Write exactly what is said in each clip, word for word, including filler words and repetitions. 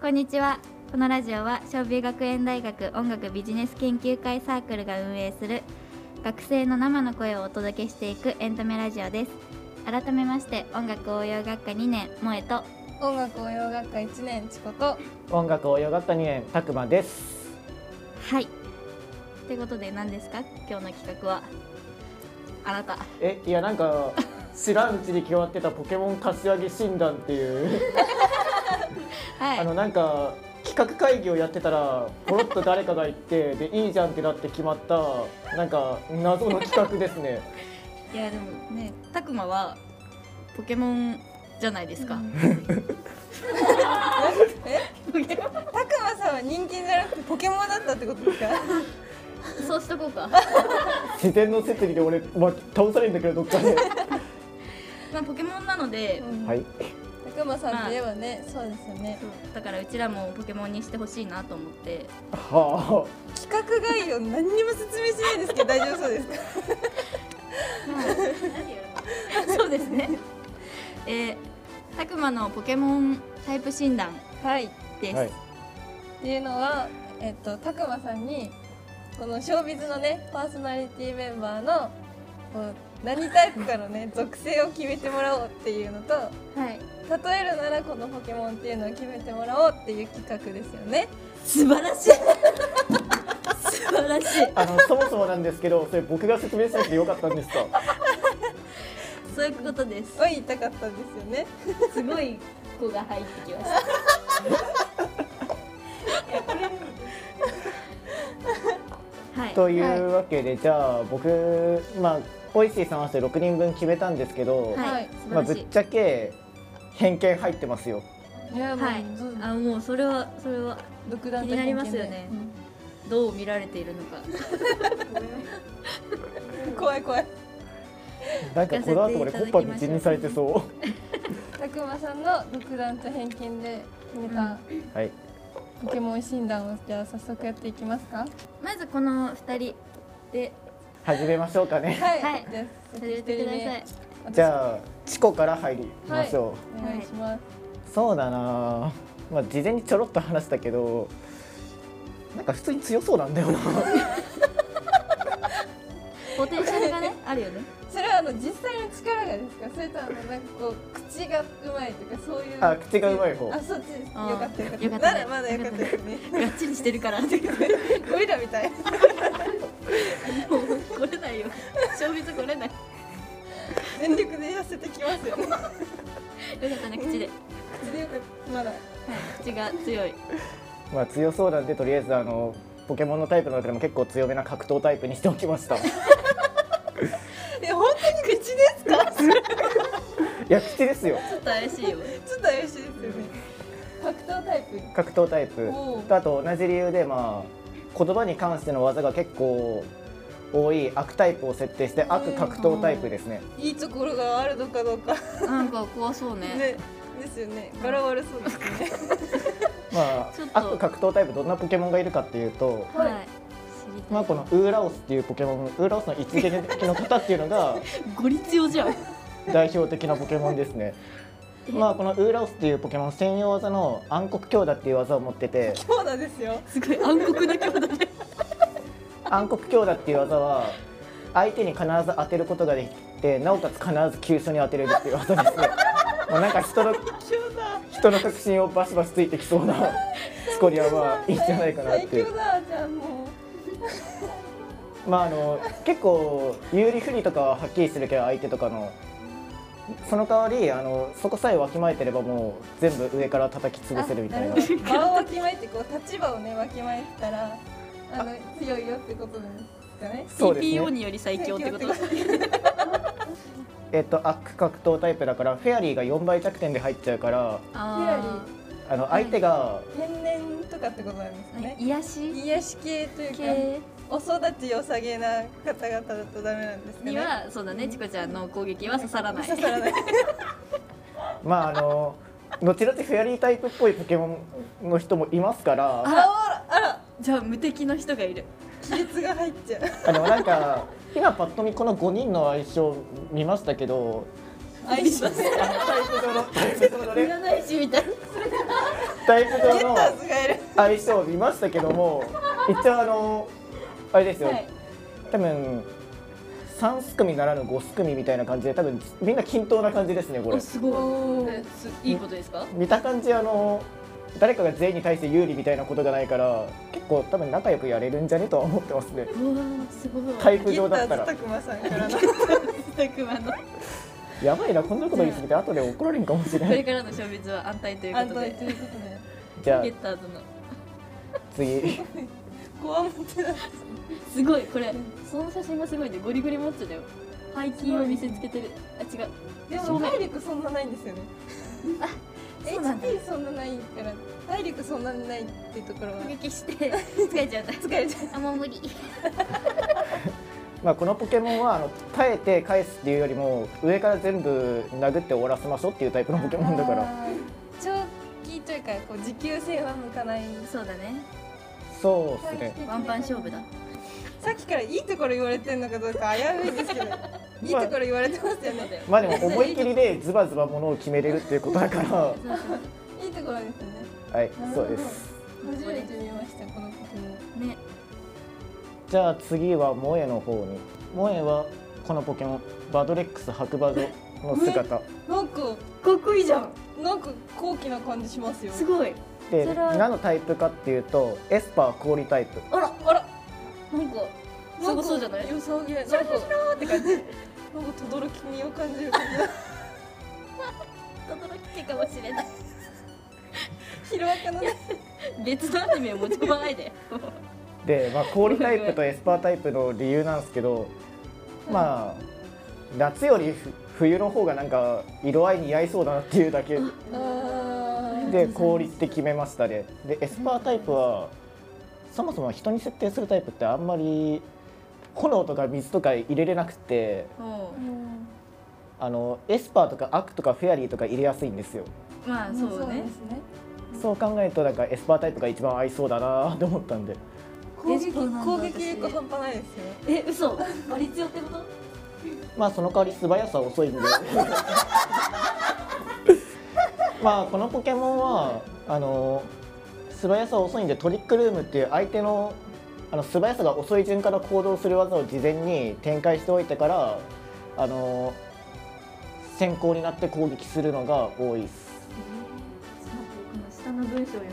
こんにちは。このラジオは尚美学園大学音楽ビジネス研究会サークルが運営する学生の生の声をお届けしていくエンタメラジオです。改めまして音楽応用学科にねん萌と音楽応用学科いちねんチコと音楽応用学科にねんたくまです。 はいということで何ですか今日の企画は。あなたえいやなんか知らんうちに決まってたポケモン柏木診断っていうはい、 あのなんか企画会議をやってたらポロッと誰かが言ってでいいじゃんってなって決まったなんか謎の企画ですね。 いやでもねたくまはポケモンじゃないですか、うん、 えたくまさんは人気じゃなくてポケモンだったってことですか？ そうしとこうか。 自然の摂理で俺、ま、倒されるんだけどどっかでまあポケモンなので、 うん、 はいたくまさんといえばね、まあ、そうですよね。 だからうちらもポケモンにしてほしいなと思って。 はあ企画概要何にも説明しないですけど大丈夫そうですか？ そうですね。えー、たくまのポケモンタイプ診断です、はい、 っていうのは、えっと、たくまさんにこのショービズのねパーソナリティメンバーのこう何タイプかのね属性を決めてもらおうっていうのと、はい、例えるならこのポケモンっていうのを決めてもらおうっていう企画ですよね。 素晴らしい素晴らしい。 あのそもそもなんですけどそれ僕が説明しなくてよかったんですか？ そういうことです。 を言いたかったんですよね。 すごい子が入ってきました。 はい、というわけで、はい、じゃあ僕まあオイシーさんはしてろくにんぶん決めたんですけど、はい、まあぶっちゃけ偏見入ってますよ。 いや、 はい、あもうそれはそれは気になりますよね。うん、どう見られているのか。 怖い怖い。 なんかこの後俺コッパに辞任されてそう。 たくまさんの独断と偏見で決めた、うん、 はいポケモン診断をじゃあ早速やっていきますか。 まずこのふたりで始めましょうかね。 はい、 はい、じゃあ始めてください。 じゃあチコから入りましょう。はい、お願いします。 そうだな、まあ事前にちょろっと話したけどなんか普通に強そうなんだよな。 ポテンシャルがねあるよね。 それはあの実際の力がですか、それとあのなんかこう口がうまいとかそういう。 あ、口がうまい方。 あ、そっちです。よかったよかった。 よかったね。 まだまだよかったですね。 がっちりしてるから。ゴリラみたい。 もう来れないよ。勝負来れない。 全力で痩せてきますよね。よかったね、口で。 口でよかった。まだ。はい、 口が強い。 まあ強そうなんでとりあえずあのポケモンのタイプの中でも結構強めな格闘タイプにしておきました。 え、本当に口ですか？ いや口ですよ。 ちょっと怪しいよ。 ちょっと怪しいですよね。格闘タイプ。 格闘タイプ。とあと同じ理由でまあ言葉に関しての技が結構多い悪タイプを設定して悪格闘タイプですね。 いいところがあるのかどうか。 なんか怖そうね。 ね、ですよね。柄悪そうですね。 まあ悪格闘タイプどんなポケモンがいるかっていうと。 はい。 まあこのウーラオスっていうポケモン、ウーラオスの一撃の方っていうのがゴリ強じゃん。 代表的なポケモンですね。まあこのウーラオスっていうポケモン専用技の暗黒強打っていう技を持ってて、 強打ですよ。 すごい暗黒な強打で。 暗黒強打っていう技は相手に必ず当てることができて、なおかつ必ず急所に当てれるっていう技ですね。まあなんか人の人の確信をバシバシついてきそうなスコリアはいいんじゃないかなって。 最強だじゃんもう。 まああの結構有利不利とかははっきりするけど相手とかのその代わりあのそこさえわきまえてればもう全部上から叩き潰せるみたいな。 場をわきまえてこう立場をねわきまえたらあの強いよってことなんですかね。 そうですね。 ティーピーオー により最強ってこと。 えっと悪格闘タイプだからフェアリーがよんばい弱点で入っちゃうから、 フェアリーあの相手が天然とかってことなんですかね。 癒し癒し系というか。お育ち良さげな方々だとダメなんですかね。 にはそうだね、チコちゃんの攻撃は刺さらない。 刺さらない。 まああの後々フェアリータイプっぽいポケモンの人もいますから。 あらあら。 じゃあ無敵の人がいる。 亀裂が入っちゃう。 あでもなんか今パッと見このごにんの相性見ましたけど。 相性。タイプ上のタイプ上のね。占い師みたい。 タイプ上のゲッターズがいる。 相性を見ましたけども、一応あのあれですよ、 はい。 多分さんすくみならぬごすくみみたいな感じで、多分みんな均等な感じですねこれ。 おすごい。 おーえすいいことですか？ 見た感じあの誰かが全員に対して有利みたいなことがないから、結構多分仲良くやれるんじゃねとは思ってますね。 うわすごい。 タイプゲッタ上だったらーズたくまさんからの。 たくまのやばいな、こんなこと言い過ぎて後で怒られるかもしれこない。 れからのショービズは安泰という安ことで。 泰ということで。 じゃあゲッターズの次こわもてだ。 すごいこれその写真がすごいね、ゴリゴリマッチョだよ。背筋を見せつけてる。あ違う。 でも体力そんなないんですよね。 そうなんだエイチピー そんなないから体力そんなにないっていうところは攻撃して疲れちゃった。 疲れちゃう。 あもう無理。 まあこのポケモンはあの耐えて返すっていうよりも上から全部殴って終わらせましょうっていうタイプのポケモンだから。 あー長期というかこう持久戦は向かない。 そうだね。 そうですね。 ワンパン勝負だ。 さっきからいいところ言われてるのかどうか危ういんですけど、いいところ言われてますよね。 まあでも思い切りでズバズバものを決めれるっていうことだからそうそういいところですよね。 はい、そうです。 初めて見ましたこのポケモン。 ね。 じゃあ次は萌えの方に。萌えはこのポケモンバドレックス白馬女の姿なんかかっこいいじゃん。 なんか高貴な感じしますよ。 すごい。 で、 それは何のタイプかっていうとエスパー氷タイプ。 あらあら。なんかすごそうじゃない？ 良さげ。なんかなんか轟きを感じる感じだ。 轟きかもしれない。 ヒロアカのね。 別のアニメを持ち込まないで。 で、まあ、氷タイプとエスパータイプの理由なんですけど、まあ夏より冬の方がなんか色合い似合いそうだなっていうだけあで氷って決めましたね。でエスパータイプはそもそも人に設定するタイプってあんまり炎とか水とか入れれなくて、 うん。 あのエスパーとかアクとかフェアリーとか入れやすいんですよ。 まあそうね。 ですね。 そう考えるとなんかエスパータイプが一番合いそうだなと思ったんで。 攻撃そうなんだ攻撃力半端ないですよ。 え嘘。バリ強ってこと？ まあその代わり素早さ遅いんでまあこのポケモンはあの素早さ遅いんでトリックルームっていう相手のあの素早さが遅い順から行動する技を事前に展開しておいてからあの先行になって攻撃するのが多いです。 下の文章を読みたい。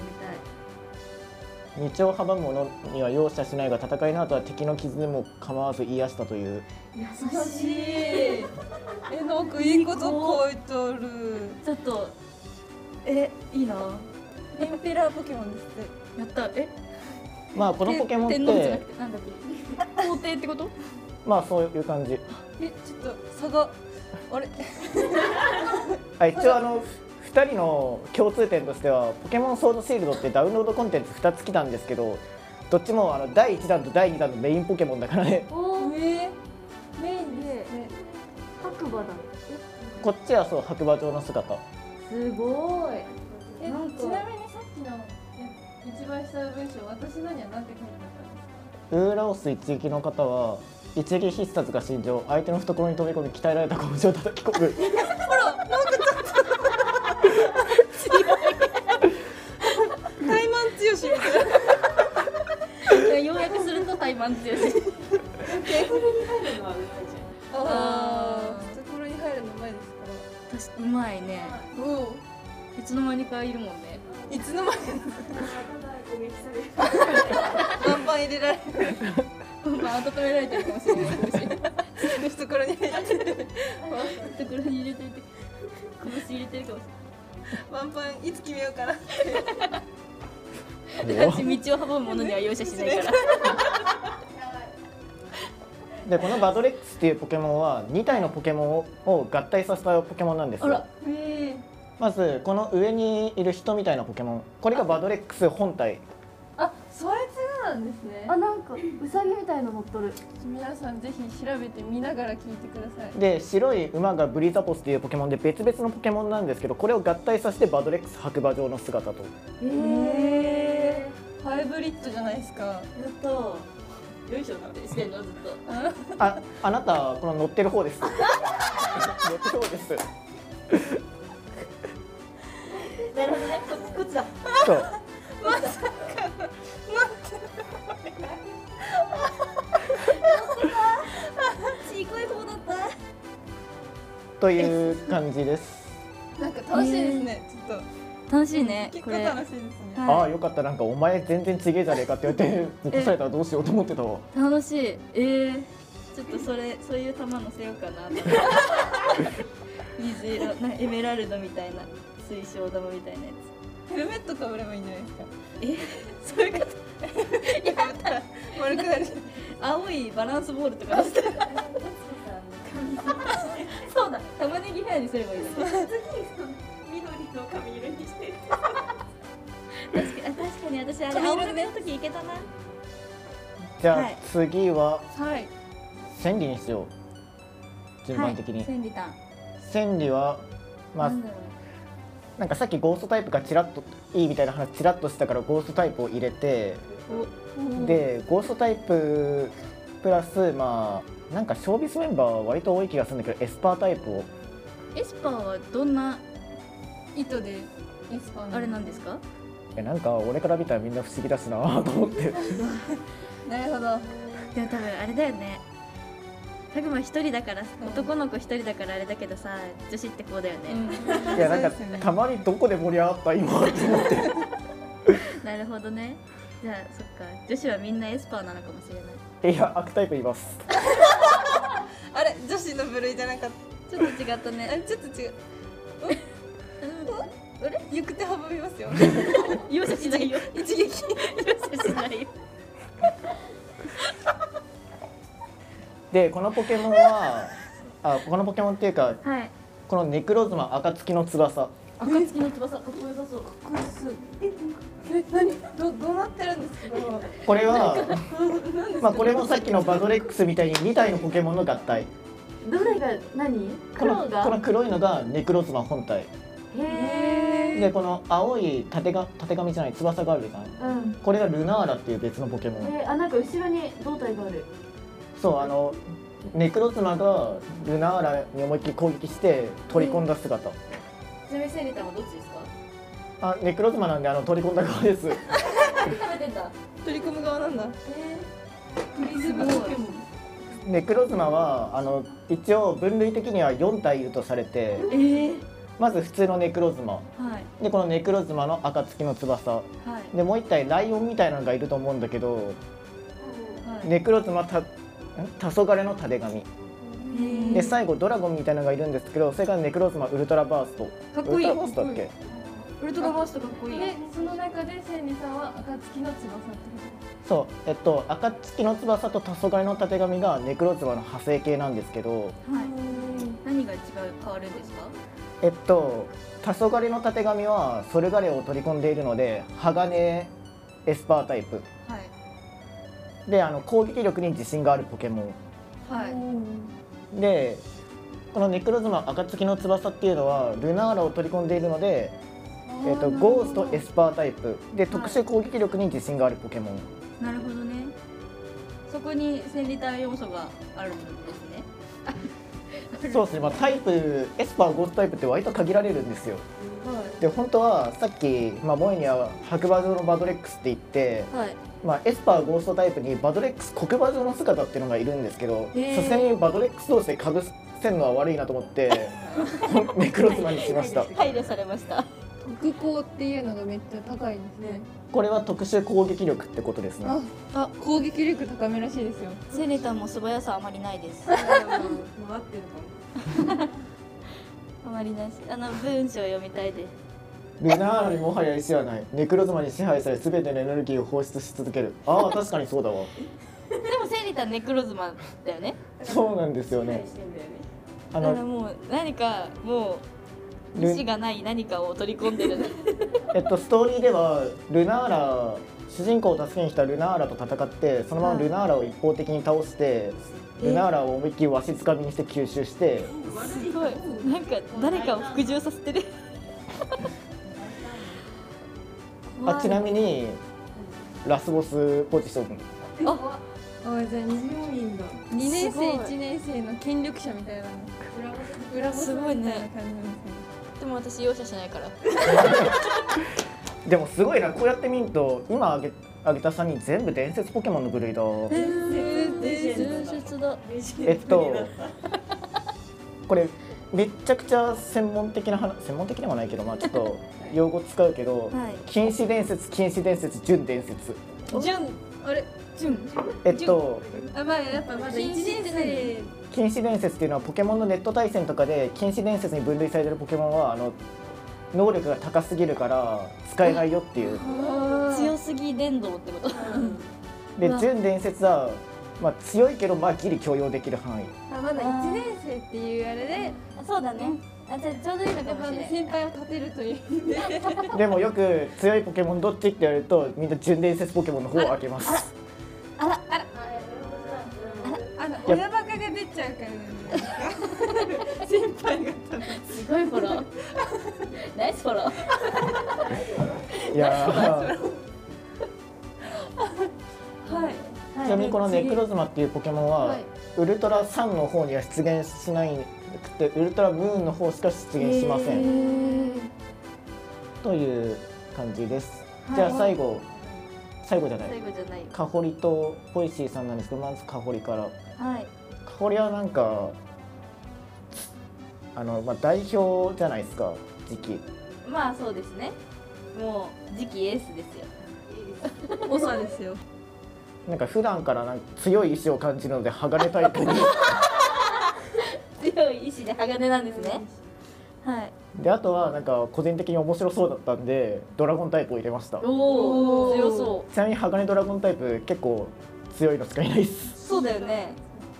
道を阻む者には容赦しないが戦いの後は敵の傷でも構わず癒したという。 優優しい。え、なんかいいこと書いてある。 ちょっとえいいな。 エンペラーポケモンですって。 やったえ。 まあこのポケモンっ天皇じゃなくててなんだっけ？皇帝ってこと？ まあそういう感じ。 え、ちょっと差があれ。 あ一応あのふたりの共通点としてはポケモンソードシールドってダウンロードコンテンツふたつ来たんですけど、どっちもあのだいいちだんとだいにだんのメインポケモンだからね。 おお。 えー、メインでで白馬だ。 こっちはそう白馬状の姿。 すごい。 え、 なんかちなみにさっきのえ一番下の文章、私のには何て書いてあったんですか。 ウーラオス一撃の方は一撃必殺が心情、相手の懐に飛び込み鍛えられた拳を叩き込む。 怠慢強しみたいな。 要約すると怠慢強し。 ああ、懐に入るの前ですか確かうまいね。 ら。おお。 いつの間にかいるもんね。 いつの間に。バンバン入れられる。 まあ温められてるかもしれない。 懐に入って。 懐に入れていて拳入れてるかもしバンバンいつ決めようかな。 れない。私道を阻む者には容赦しないから。 でこのバドレックスっていうポケモンはにたいのポケモンを合体させたポケモンなんですよ。 あら。 えまずこの上にいる人みたいなポケモン、これがバドレックス本体。 あ、そいつなんですね。 あなんかウサギみたいの乗っとる。 皆さんぜひ調べて見ながら聞いてください。 で白い馬がブリザポスっていうポケモンで別々のポケモンなんですけど、これを合体させてバドレックス白馬状の姿と。 えー、ハイブリッドじゃないですか。 やったー。よいしょってしてんのずっと。 あ、あなたこの乗ってる方です。乗ってる方です。 なるほどね。コツコツちだ。 そうちいこい方だった。 という感じです。 なんか楽しいですね、ちょっ楽しいねと結これ。 構楽しいですね。 はいああよかった、なんかお前全然ちげえじゃねえかって言って起こされたらどうしようと思ってたわ。 楽しい。えー、ちょっとそれそういう玉乗せようかなと思って。水色なエメラルドみたいな水晶玉みたいなやヘルメットかぶればいいんじゃないですか。 つ。そういうこと。 やめたら丸くなる。 青いバランスボールとかして。そうだ。玉ねぎヘアにすればいいの。 緑の髪色にして。 確かにあ確かに私あれ青髪の時いけたな。 じゃあ、 はい次ははい。 千里にしよう。順番的に、 はい、千里タン。 千里はまあなんだろうね。 なんかさっきゴーストタイプがちらっといいみたいな話ちらっとしたからゴーストタイプを入れて、でゴーストタイププラスまあなんかショービスメンバーは割と多い気がするんだけどエスパータイプを。 エスパーはどんな糸でエスパーのあれなんですか？ えなんか俺から見たらみんな不思議だしなと思ってなるほど。 でも多分あれだよね。タグマ一人だから男の子一人だからあれだけどさ、女子ってこうだよね。 いやなんかそうですよねたまにどこで盛り上がった今って思ってなるほどね。じゃあそっか女子はみんなエスパーなのかもしれない。 いや悪タイプいます。 あれ女子の部類じゃなかっちょっと違ったた。あね。 ちょっと違う。 あれ行く手阻みますよ。 容赦しないよ。 一撃。 容赦しないよ。 でこのポケモンはあこのポケモンっていうかはい。 このネクロズマ暁の翼暁の翼かっこよさそう。 これす。え、何？どどうなってるんですか？ これはまあこれもさっきのバドレックスみたいにに体のポケモンの合体。 どれが何？ この黒が。 この黒いのがネクロズマ本体へで、この青い縦が縦紙じゃない翼があるじゃん。 ー。うん。 これがルナーラっていう別のポケモン。 えー、あなんか後ろに胴体がある。 そうあのネクロズマがルナーラに思いっきり攻撃して取り込んだ姿。 ちなみにセリタンはどっちですか？ あネクロズマなんであの取り込んだ側です。 食べてんだ。 取り込む側なんだ。 えー、プリズムポケモン。 ネクロズマはあの一応分類的にはよん体いるとされて、 えー、 まず普通のネクロズマはいでこのネクロズマの暁の翼はいでもう一体ライオンみたいなのがいると思うんだけど、 はい。 ネクロズマたん黄昏のたてがみへーで最後ドラゴンみたいなのがいるんですけど、それがネクロズマウルトラバースト。 かっこいいウルトラバーストだっけ？ ウルトラバーストかっこいい。 で、その中で千里さんは暁の翼ってこそうえっと暁の翼と黄昏のたてがみがネクロズマの派生系なんですけど、 はい。何が違う変わるんですか？ えっと黄昏のたてがみはソルガレを取り込んでいるので鋼エスパータイプはいで、あの攻撃力に自信があるポケモンはい。 で、このネクロズマ暁の翼っていうのはルナーラを取り込んでいるので、えっとゴーストエスパータイプで特殊攻撃力に自信があるポケモン。 なるほどね。そこに千里タン要素があるんですね。 そうですね、まあ、タイプエスパーゴーストタイプって割と限られるんですよ。で本当はさっき、まあ、モエには白馬上のバドレックスって言って、 はい。 まあ、エスパーゴーストタイプにバドレックス黒馬上の姿っていうのがいるんですけど、 へーさすがにバドレックス同士でかぶせるのは悪いなと思ってネクロズマにしました。 配慮されました。 特攻っていうのがめっちゃ高いんですね。 これは特殊攻撃力ってことですね。 あ、あ、攻撃力高めらしいですよ。 千里タンも素早さあまりないです。 回ってるかあまりないし、あの文章を読みたいです。 ルナーラにもはや石はない。ネクロズマに支配され全てのエネルギーを放出し続ける。ああ確かにそうだわ。 でも千里タンネクロズマだよね。 そうなんですよも。 ね。 してんだよね。 あだからのもう何かもうル意志がない何かを取り込んでる。 えっとストーリーではルナーラ主人公を助けに来たルナーラと戦ってそのままルナーラを一方的に倒して、ルナーラを思いっきりわしづかみにして吸収して、 すごい。なんか誰かを服従させてる。 あちなみにラスボスポジションあ、 あ、じゃあにいいんだ。 にねんすごい生いちねん生の権力者みたいな裏ボスすごいねみたいな感じなんですね。 でも私容赦しないから。 でもすごいな、こうやって見ると今あげあげたさんにん全部伝説ポケモンの部類だ。 伝説だ。 えっとこれめっちゃくちゃ専門的な話、専門的でもないけど、まあちょっと用語使うけど、 はい、 禁止伝説、禁止伝説、準伝説。 順あれ順えっとあまあやっぱまだ一年生禁止伝説っていうのはポケモンのネット対戦とかで禁止伝説に分類されてるポケモンはあの能力が高すぎるから使えないよっていう。 強すぎ伝導ってこと。 でうわ準伝説は、まあ、強いけどまあギリ許容できる範囲。 あまだ一年生っていうあれであそうだね。あじゃあちょうどいいのかやっぱもしれない。 先輩を立てるというでもよく強いポケモンどっちって言われるとみんな準伝説ポケモンの方を開けます。 あらあらあの親バカが出ちゃうからなんですか先輩方すごいフォロー。ナイスフォロー。 いやはいーちなみにこのネクロズマっていうポケモンは、 はいウルトラサンの方には出現しないくてウルトラムーンの方しか出現しませんという感じです。じゃあ最後最後じゃない最後じゃない。 カホリとポイシーさんなんですけど、まずカホリから。 はい。 カホリはなんかあの、まあ、代表じゃないですか次期。 まあそうですね。もう次期エースですよ。 長ですよなんか普段からなんか強い意志を感じるので鋼タイプに強い意志で鋼なんですね。 はい。 であとはなんか個人的に面白そうだったんでドラゴンタイプを入れました。 おお強そちなみに鋼ドラゴンタイプ結構強いのしかいないっす。 う。そうだよね。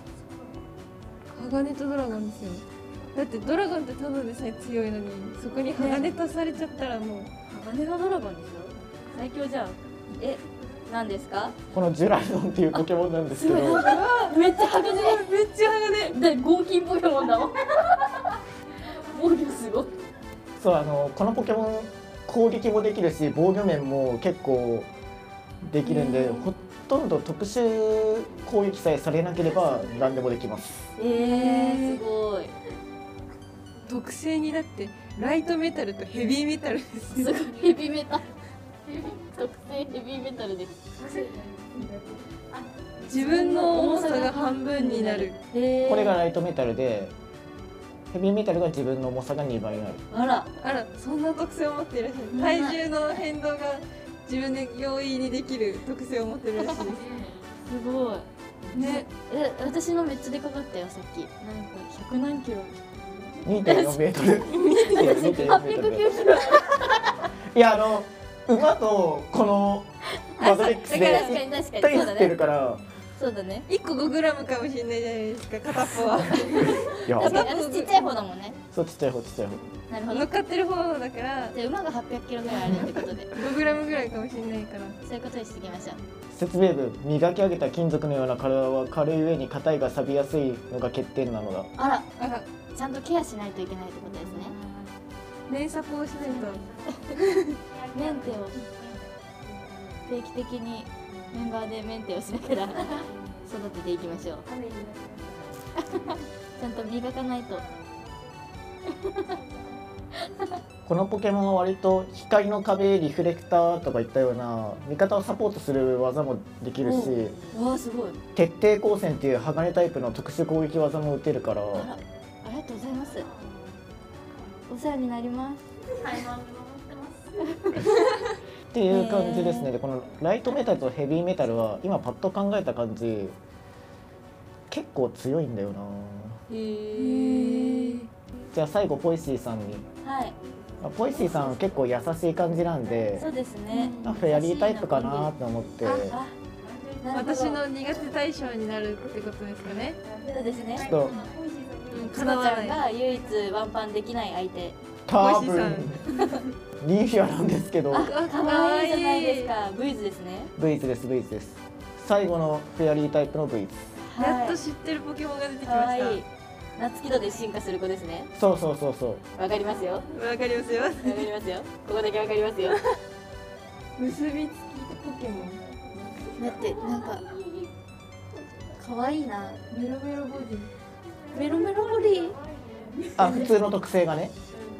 鋼とドラゴンですよ。だってドラゴンってただでさえ強いのにそこに鋼足されちゃったらもう鋼のドラゴンでしょ。最強じゃん。え、何ですか？ このジュラドンっていうポケモンなんですけどめっちゃ鋼。 めっちゃ鋼で合金ポケモンだもん。防御すごい。 そうあのこのポケモン攻撃もできるし防御面も結構できるんで、ほとんど特殊攻撃さえされなければ何でもできます。 えー、すごい。 特性にだってライトメタルとヘビーメタルですよすごいヘビメタ。特性ヘビーメタルです。 自分の重さが半分になる。 へーこれがライトメタルでヘビーメタルが自分の重さがにばいになる。 あら。 あらそんな特性を持っていらっしゃる。体重の変動が自分で容易にできる特性を持ってるらしいですすごい。 ね。 え、私のめっちゃでかかったよさっき。なんかひゃくなんキロ。 にてんよんメートル。にてんよんメートル。 はっぴゃくきゅうキロ。 いやあの馬とこのマトリックスで確かに確かに対そうだね。 してるから。 そうだね。 いっこごグラムかもしれないじゃないですか片っぽは。 いや確かに私ちっちゃい方だもんね。 そうちっちゃい方ちっちゃい方。 なるほど。 乗っかってる方だからじゃあ馬がはっぴゃくキロぐらいあるってことで、 ごグラムぐらいかもしれないから。 そういうことにしていきましょう。 説明文、磨き上げた金属のような体は軽い上に硬いが錆びやすいのが欠点なのだ。 あら、 あらちゃんとケアしないといけないってことですね。 連鎖をしないと。 メンテを定期的にメンバーでメンテをしながら育てていきましょう。ちゃんと磨かないと。 このポケモンは割と光の壁リフレクターとかいったような味方をサポートする技もできるし、 わあすごい。 徹底光線っていう鋼タイプの特殊攻撃技も打てるから、 あら、ありがとうございます。お世話になります。 っていう感じですね。でこのライトメタルとヘビーメタルは今パッと考えた感じ結構強いんだよな。 へえ。 じゃあ最後ポイシーさんに。 はい。 まあポイシーさんは結構優しい感じなんで、 そうですね。 まあフェアリータイプかなと思って。 あ、なるほど。 私の苦手対象になるってことですかね。 そうですね。 ちょっとかなちゃんが唯一ワンパンできない相手。 多ポイシーさ分ニーフィアなんですけど、 あ、可愛いじゃないですか。ブイズですね。 ブイズですブイズです。最後のフェアリータイプの ブイズ。 やっと知ってるポケモンが出てきまし可愛い。夏木戸で進化する子ですね。 そうそうそうそう。 わかりますよ。わた。わかりますよ。 かりますよ。ここだけわかりますよ。 結びつきポケモン。 だってなんか可愛いな。 メロメロボディ。 メロメロボディ。 あ普通の特性がね。 ポイ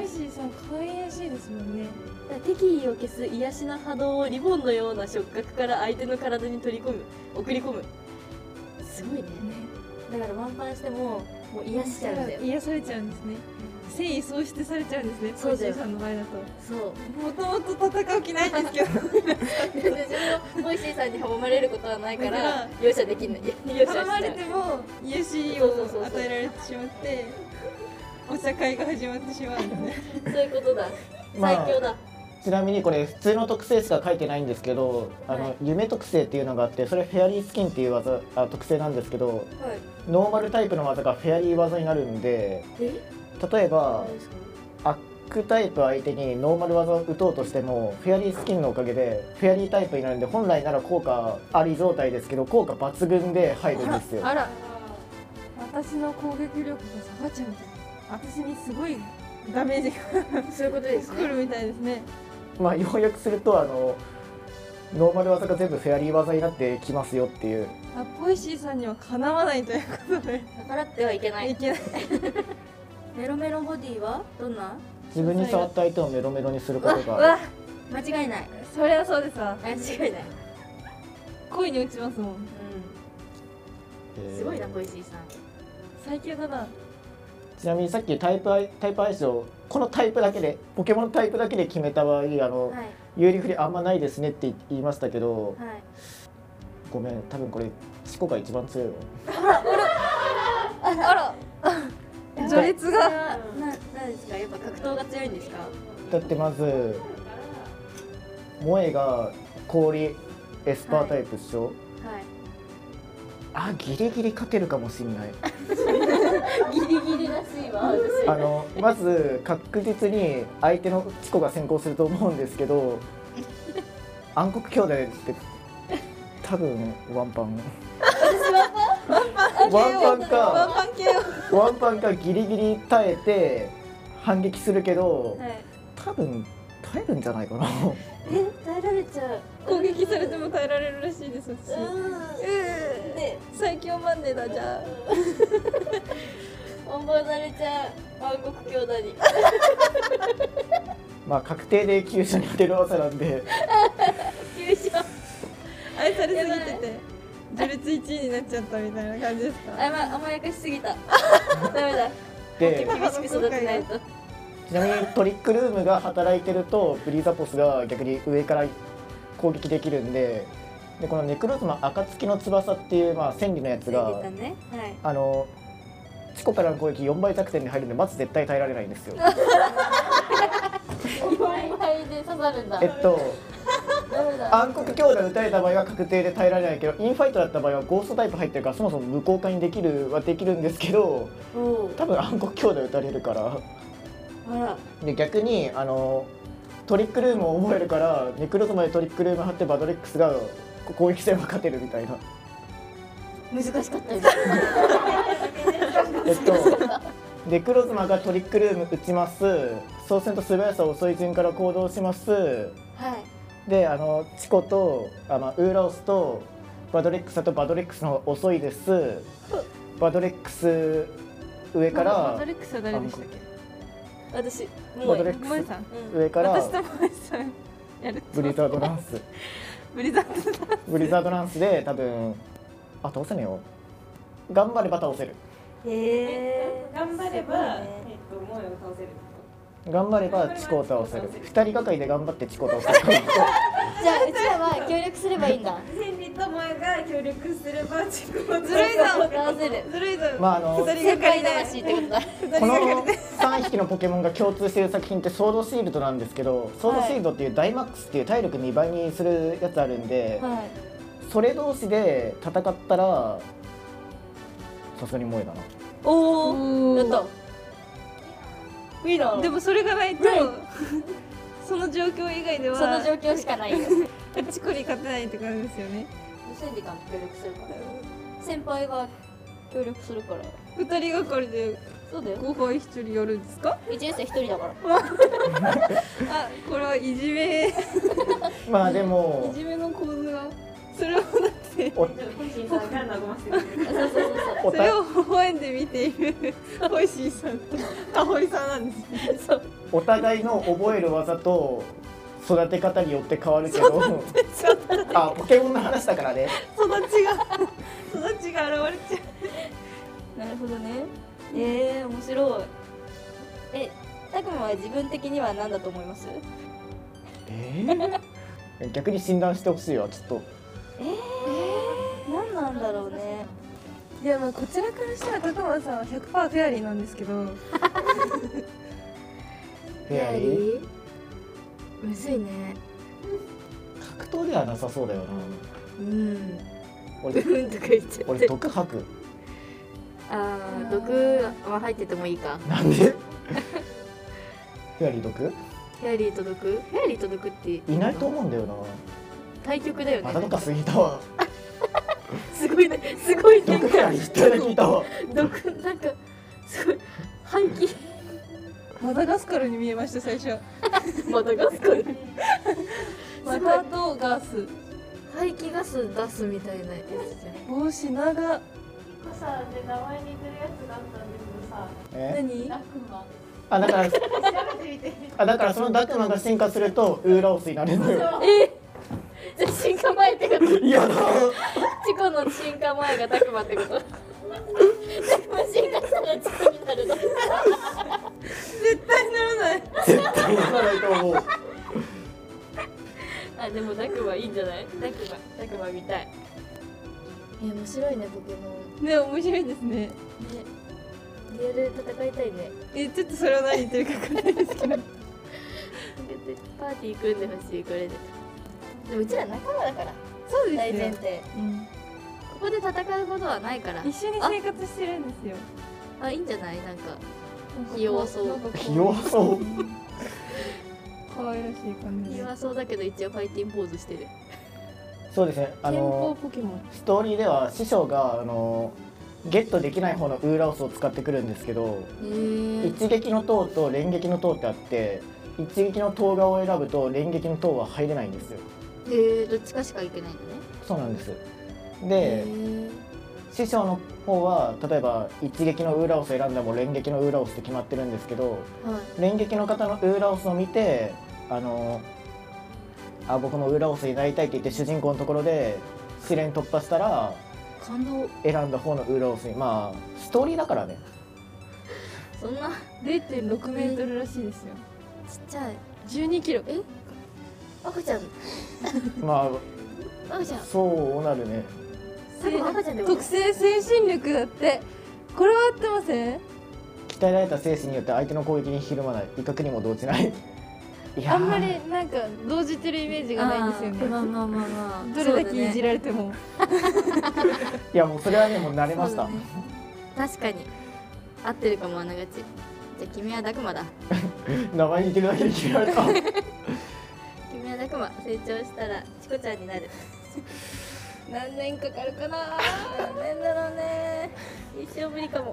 イシーさん可愛らしいですもんね。 敵意を消す癒しの波動をリボンのような触覚から相手の体に取り込む送り込む。すごいね。だからワンパンしてももう癒しちゃうんだよ。 癒されちゃうんですね。戦意喪失されちゃうんですね。 そうだよポイシーさんの場合だと。 そうもともと戦う気ないんですけど。 で自分のボイシーさんに阻まれることはないからだから容赦できない。容赦し絡まれない。 ても癒しをそうそうそうそう与えられてしまって、お茶会が始まってしまうんですね。 そういうことだ。 まあ最強だ。 ちなみにこれ普通の特性しか書いてないんですけど、あの、 はい夢特性っていうのがあって、それフェアリースキンっていう技あ特性なんですけど、 はい。 ノーマルタイプの技がフェアリー技になるんで、 え？ 例えば何ですか？ アックタイプ相手にノーマル技を打とうとしてもフェアリースキンのおかげでフェアリータイプになるんで、本来なら効果あり状態ですけど効果抜群で入るんですよ。 あら、私の攻撃力が下がっちゃうみたいな。私にすごいダメージがそういうことですね。 来るみたいですね。 まあ要約するとあのノーマル技が全部フェアリー技になってきますよっていう。 あ、ポイシーさんにはかなわないということで逆らってはいけないい。 けない。 メロメロボディはどんな？ 自分に触った相手をメロメロにすることがうわ、 間違いない。 それはそうですわ。 間違いない。 恋に落ちますもん。 うえーん。すごいなボイシーさん。 最強だな。 ちなみにさっきタイプアイタイプ相性、このタイプだけでポケモンタイプだけで決めた場合、あの、 はい有利不利あんまないですねって言いましたけど、 はい。 ごめん、多分これチコが一番強いよ。 あら、序列が。 な、なんですか。やっぱ格闘が強いんですか。 だってまず萌えが氷エスパータイプっしょ、 はい。 あ、ギリギリ勝てるかもしんない。 ギリギリらしいわ私。 あのまず確実に相手のチコが先行すると思うんですけど、暗黒兄弟って多分ワンパンワンパンワンかパン系を。 ワンパンかギリギリ耐えて反撃するけど、 はい。 多分耐えるんじゃないかな。 え、耐えられちゃう。 攻撃されても耐えられるらしいです私。 うん。で、 最強マンデーだじゃオンボされちゃう暗黒兄弟に。 まあ確定で急所に当てる技なんで、 急所。 あ。愛されすぎてて序列いちいになっちゃったみたいな感じですか。 あ、ま、甘やかしすぎた。ダメだ。 で厳しく育てないと。 ちなみにトリックルームが働いてるとブリザポスが逆に上から攻撃できるんで、でこのネクロズマ暁の翼っていう、まあ、戦利のやつが、 ね、はい。 あのチコからの攻撃よんばい弱点で入るんでまず絶対耐えられないんですよ。 よんばいで刺さるんだ。 えっとダメだ。 暗黒兄弟打たれた場合は確定で耐えられないけど、インファイトだった場合はゴーストタイプ入ってるからそもそも無効化にできるはできるんですけど、 おお。 多分暗黒兄弟打たれるから。 あら。 で逆にあのトリックルームを覚えるからネクロズマでトリックルーム貼ってバドレックスが攻撃すれば勝てるみたいな。 難しかったよ。 えっとネクロズマがトリックルーム打ちます。そうすると素早さ遅い順から行動します。 はい。 であのチコとあ、まあ、ウーラオスとバドレックスだとバドレックスの方が遅いです。バドレックス上からバドレックスは誰でしたっけ。 私。 バドレックス萌えさん。 うん。 上から私と萌えさんやる。 ブリザードランスブリザード。 ブリザードランスで多分あ倒せねえよ。頑張れば倒せる。 へえ。 頑張れば、えっと、萌えを倒せる。 頑張ればチコを倒せる。二人がかりで頑張ってチコを倒せる。 じゃあうちらは協力すればいいんだ。 千里と萌えが協力すればチコをずずるいぞ。倒せる。 ずるいぞ。 まああの二人先輩がかりで魂ってことだ。 このさんひきのポケモンが共通している作品ってソードシールドなんですけど、ソードシールドっていうダイマックスっていう体力にばいにするやつあるんで、 はい。 それ同士で戦ったらさすがに萌えだな。 おお。やった。いいな。 でもそれがないとないその状況以外ではその状況しかないよ。 チコに勝てないって感じですよね。 千里が協力するから。先輩が協力するから。 二人がかりでそうだよ。 後輩一人やるんですか。 一年生一人だから。 あ、これはいじめいまあでもじめの構図がそれはだってお本心さんから和ませてくれる。 そうそうそうおたそれを微笑んで見ているホイシーさんとかほりさんなんですね。そうお互いの覚える技と育て方によって変わるけどあポケモンの話だからね。 育ちが育ちが現れちゃなるほどね。えー、面白い。え、たくまは自分的には何だと思います？ えー、逆に診断してほしいわちょっと。 えー、何なんだろうね。 う。いやまあこちらからしたらたくまさんは ひゃくパーセント フェアリーなんですけど、 フェアリーむずいね。 格闘ではなさそうだよな。 うん。 俺うんとか言っちゃっ俺て。 毒吐く。 ああ、毒は入っててもいいか。 なんでフェアリー毒フェアリーと毒？フェアリーと毒っていないと思うんだよな。 対局だよね。 またとか過ぎたわ。 すごいね、すごいなん毒フェアかリー一人だけ聞いたわ。 毒なんかすごい排気マダガスカルに見えました最初。 マダガスカル。 マダドガス排気ガス出すみたいなやつじゃん。 帽子長。 さで名前似てるやつがあったんだけどさ、 え何？ ダクマ。 あだから調べてみて。 あだからそのダクマンが進化するとウーラオスになるのよ。 えじゃあ進化前ってこと？ いやだチコの進化前がタクマってこと？タクマ進化したらチコになるの？ 絶対ならない。 絶対ならないと思う。 あでもタクマいいんじゃない？タクマタクマ見たい。え面白いねポケモン。 ね面白いですね。 ねリアルで戦いたいね。 えちょっとそれは何言ってるかわかんないですけど。 パーティー組んでほしいこれで。でもうちら仲間だからそう大ですよ。 前提。 うん、 ここで戦うことはないから。 一緒に生活してるんですよ。 あいいんじゃないなんか。ひ弱そうなんかこうひ弱そう。 可愛らしい感じで。 弱そうだけど一応ファイティンポーズしてる。 そうですね。あ健康のポケモン。 ストーリーでは師匠があのゲットできない方のウーラオスを使ってくるんですけど、 へえ。 一撃の塔と連撃の塔ってあって、一撃の塔側を選ぶと連撃の塔は入れないんですよ。 へえどっちかしかいけないんだね。 そうなんです。 へでえ。 師匠の方は例えば一撃のウーラオスを選んでも連撃のウーラオスって決まってるんですけど、 はい。 連撃の方のウーラオスを見てあのあ僕もウーラオスになりたいって言って主人公のところで試練突破したら感動。 選んだ方のウーラオスに、まあストーリーだからね。 そんなれいてんろくメートルらしいですよ。 ちっちゃい。 じゅうにキロ。 え赤ちゃんま赤ちゃんあそうなるね。 多分赤ちゃんでも特性精神力だって。これは合ってません？ 鍛えられた精神によって相手の攻撃にひるまない、威嚇にも動じない。いやーあんまりなんか動じてるイメージがないんですよあーまあね。 まあまあまあどれだけいじるられても。 いやもうそれはねもう慣れました。 ね、確かに合ってるかもあながち。じゃあ君はダクマだ。 名前似てるだけで決められた。 君はダクマ成長したらチコちゃんになる。 何年かかるかな。 何年だろうね。一生ぶりかも。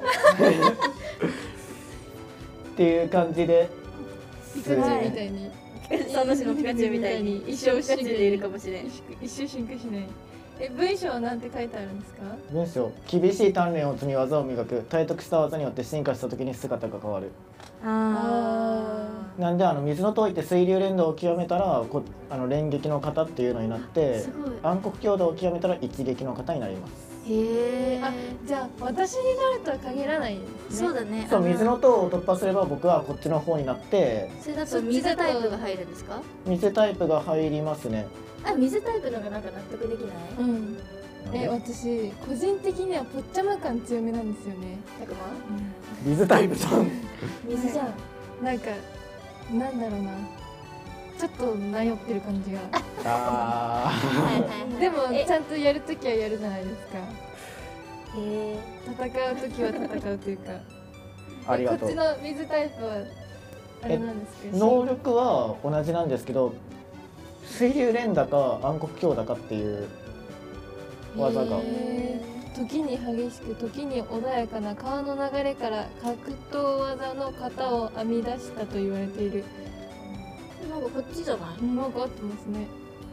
っていう感じでピカチュウみたいに。 サトシのピカチュウみたいに一生ピカチュウでいるかもしれん。 一生進化しない。え文章はなんて書いてあるんですか？ 文章厳しい鍛錬を積み技を磨く、体得した技によって進化した時に姿が変わる。 あなんであの水の塔行って水流連動を極めたらこあの連撃の型っていうのになっあ。 て、 すごい。 暗黒強打を極めたら一撃の型になります。 へえ。 あじゃあ私になるとは限らないんですね。 そうだね。 そうあ水の塔を突破すれば僕はこっちの方になって、 それだと水タイプが入るんですか？ 水タイプが入りますね。 あ水タイプのがなんか納得できない？ うん。え私個人的にはぽっちゃま感強めなんですよね。 たくま？ 水タイプじゃん。 水じゃん。 なんかなんだろうな。ちょっとなよってる感じが。 あはいはいはい。 でもえちゃんとやるときはやるじゃないですか。 へえ。 戦うときは戦うというか。 あありがとうこっち。の水タイプはあれなんですけど。 能力は同じなんですけど、水流連打か暗黒強打かっていう技が。 へー時に激しく時に穏やかな川の流れから格闘技の型を編み出したと言われている。 なんかこっちじゃない？ なんか合ってますね。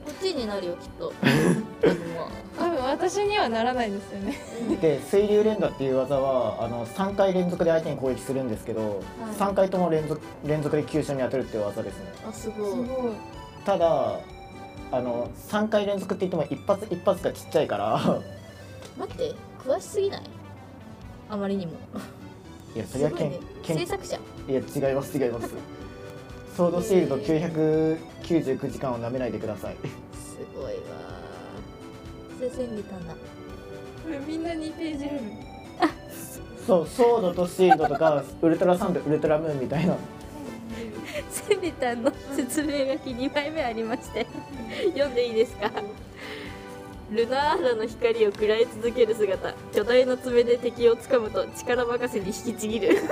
こっちになるよきっと多分ま多分私にはならないですよね。 あで水流連打っていう技はあのさんかい連続で相手に攻撃するんですけど、 いさんかいとも連続連続で急所に当てるっていう技ですね。 あすごいすごい。 ただあのさんかい連続って言っても一発一発がちっちゃいから待って詳しすぎない？あまりにもいやそれはけん、 すごいねけん制作者いや違います違いますソードシールドきゅうひゃくきゅうじゅうきゅうじかんをなめないでください。 すごいわそれ千里たんだこれみんなにページある。 そうソードとシールドとかウルトラサンドウルトラムーンみたいなセミタンの説明書きにまいめありまして読んでいいですか？ルナーラの光を食らい続ける姿、巨大な爪で敵を掴むと力任せに引きちぎる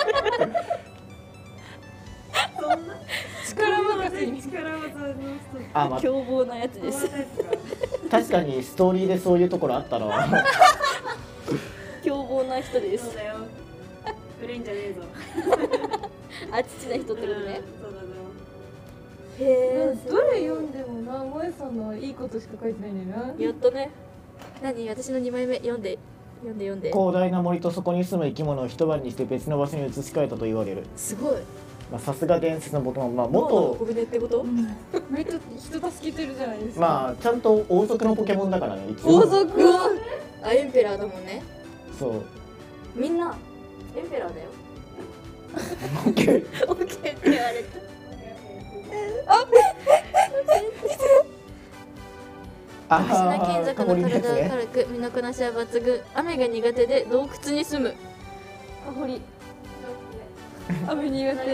力任せに。 あ、まあ、 凶暴なやつです確かにストーリーでそういうところあったな凶暴な人ですそうだよ。売れんじゃねえぞ。 あちちな人ってことねそうだぞ。 へえどれ読んでもな、萌さんのはいいことしか書いてないんだよな。 やっとね何私のにまいめ読んで読んで読んで広大な森とそこに住む生き物を一晩にして別の場所に移し替えたと言われる。 すごいまあさすが伝説のポケモン、まあも元う小舟ってことめっちゃ人助けてるじゃないですか。 まあちゃんと王族のポケモンだからね一応王族はあエンペラーだもんねそうみんなエンペラーだよオッケーオッケーって言われたあ特殊な金属の体はね軽く身のこなしは抜群雨が苦手で洞窟に住むあほり。雨苦手。 洞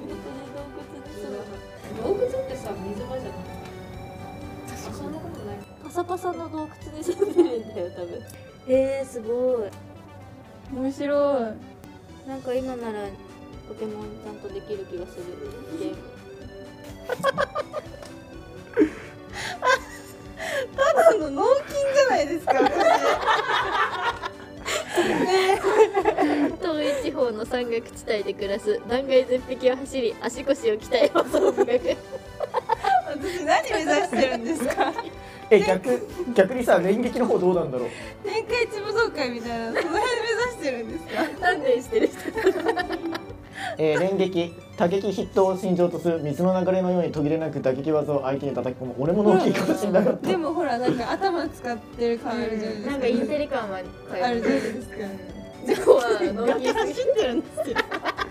窟ってさ水場じゃないそんなことない。 パサパサの洞窟に住んでるんだよ多分へえすごい面白い。 なんか今ならポケモンちゃんとできる気がするゲームただの脳筋じゃないですか。 東映地方の山岳地帯で暮らす断崖絶壁を走り足腰を鍛える総武学私何目指してるんですか。 え逆逆にさ連撃の方どうなんだろう。 天下一武道会みたいな、その辺目指してるんですか。 鍛錬してる人えー、連撃打撃筆頭を心情とする水の流れのように途切れなく打撃技を相手に叩き込む。俺も脳筋かもしんなかったでもほらなんか頭使ってる感あるじゃないですか。 なんかインテリ感はあるじゃないですか。 ジョーは脳筋走ってるんですよ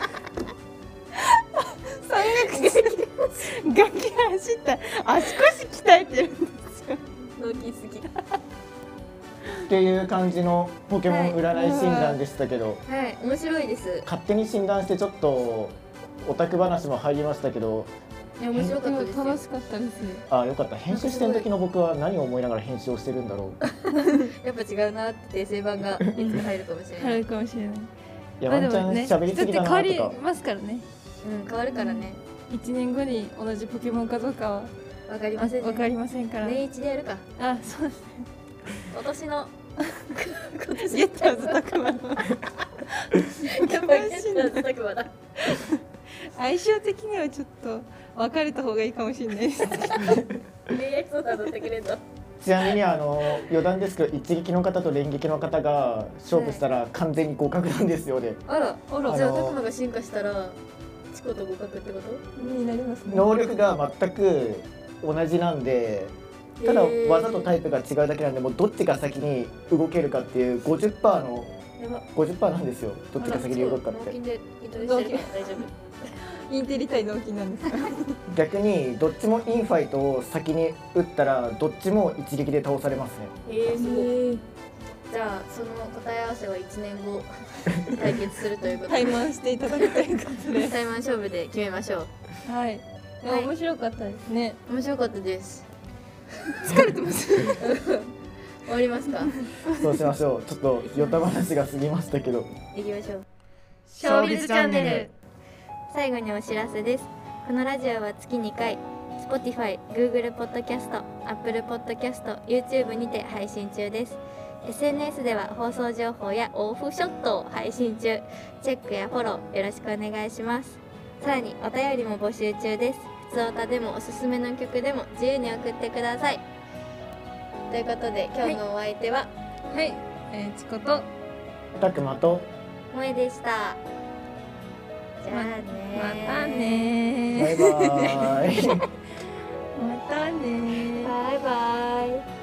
山岳楽器走った足腰鍛えてるんですよ。 脳筋すぎっていう感じのポケモン占い診断でしたけど、 はい面白いです勝手に診断してちょっとオタク話も入りましたけど、 いや面白かったですよでも楽しかったです。 あーよかった。編集してる時の僕は何を思いながら編集をしてるんだろうやっぱ違うなって訂正版がいつか入るかもしれない、 あるかもしれない。 いやワンチャン喋りすぎだなとか人って変わりますからね。 うん変わるからね一年後に同じポケモンかどうかはわかりませんねわかりませんから。 年一でやるかあ、そうですね。 今年のゲッターズたくまのやっぱりゲッターズたくまだ相性的にはちょっと別れた方がいいかもしれないです。 恋愛相談乗ってくれんのちなみにあの余談ですけど一撃の方と連撃の方が勝負したら完全に互角なんですよね。 あらあらじゃあたくまが進化したらチコと互角ってことになりますね。 能力が全く同じなんで、ただ技とタイプが違うだけなんで、もうどっちが先に動けるかっていう ごじゅっパーセント のやばごじゅっパーセント なんですよ。どっちが先に動くかって。 脳筋でイントネしてるから大丈インテリ対脳筋なんですか。 逆にどっちもインファイトを先に打ったらどっちも一撃で倒されますね。 夫へえすごいじゃあその答え合わせはいちねんご対決するということ対でマンしていただくということで。 対マン勝負で決めましょうはい。でも面白かったですね。 面白かったです疲れてます。 終わりますかそうしましょう。ちょっとヨタ話が過ぎましたけど。 行きましょうショービズチャンネル。最後にお知らせです。このラジオは月にかい Spotify、Google Podcast、Apple Podcast、YouTube にて配信中です。 エスエヌエス では放送情報やオフショットを配信中。チェックやフォローよろしくお願いします。さらにお便りも募集中です。普つおたでもおすすめの曲でも自由に送ってください。ということで今日のお相手ははい、えー、チコとたくまと萌えでした。じゃあねまたねバイバーイまたねバイバイ。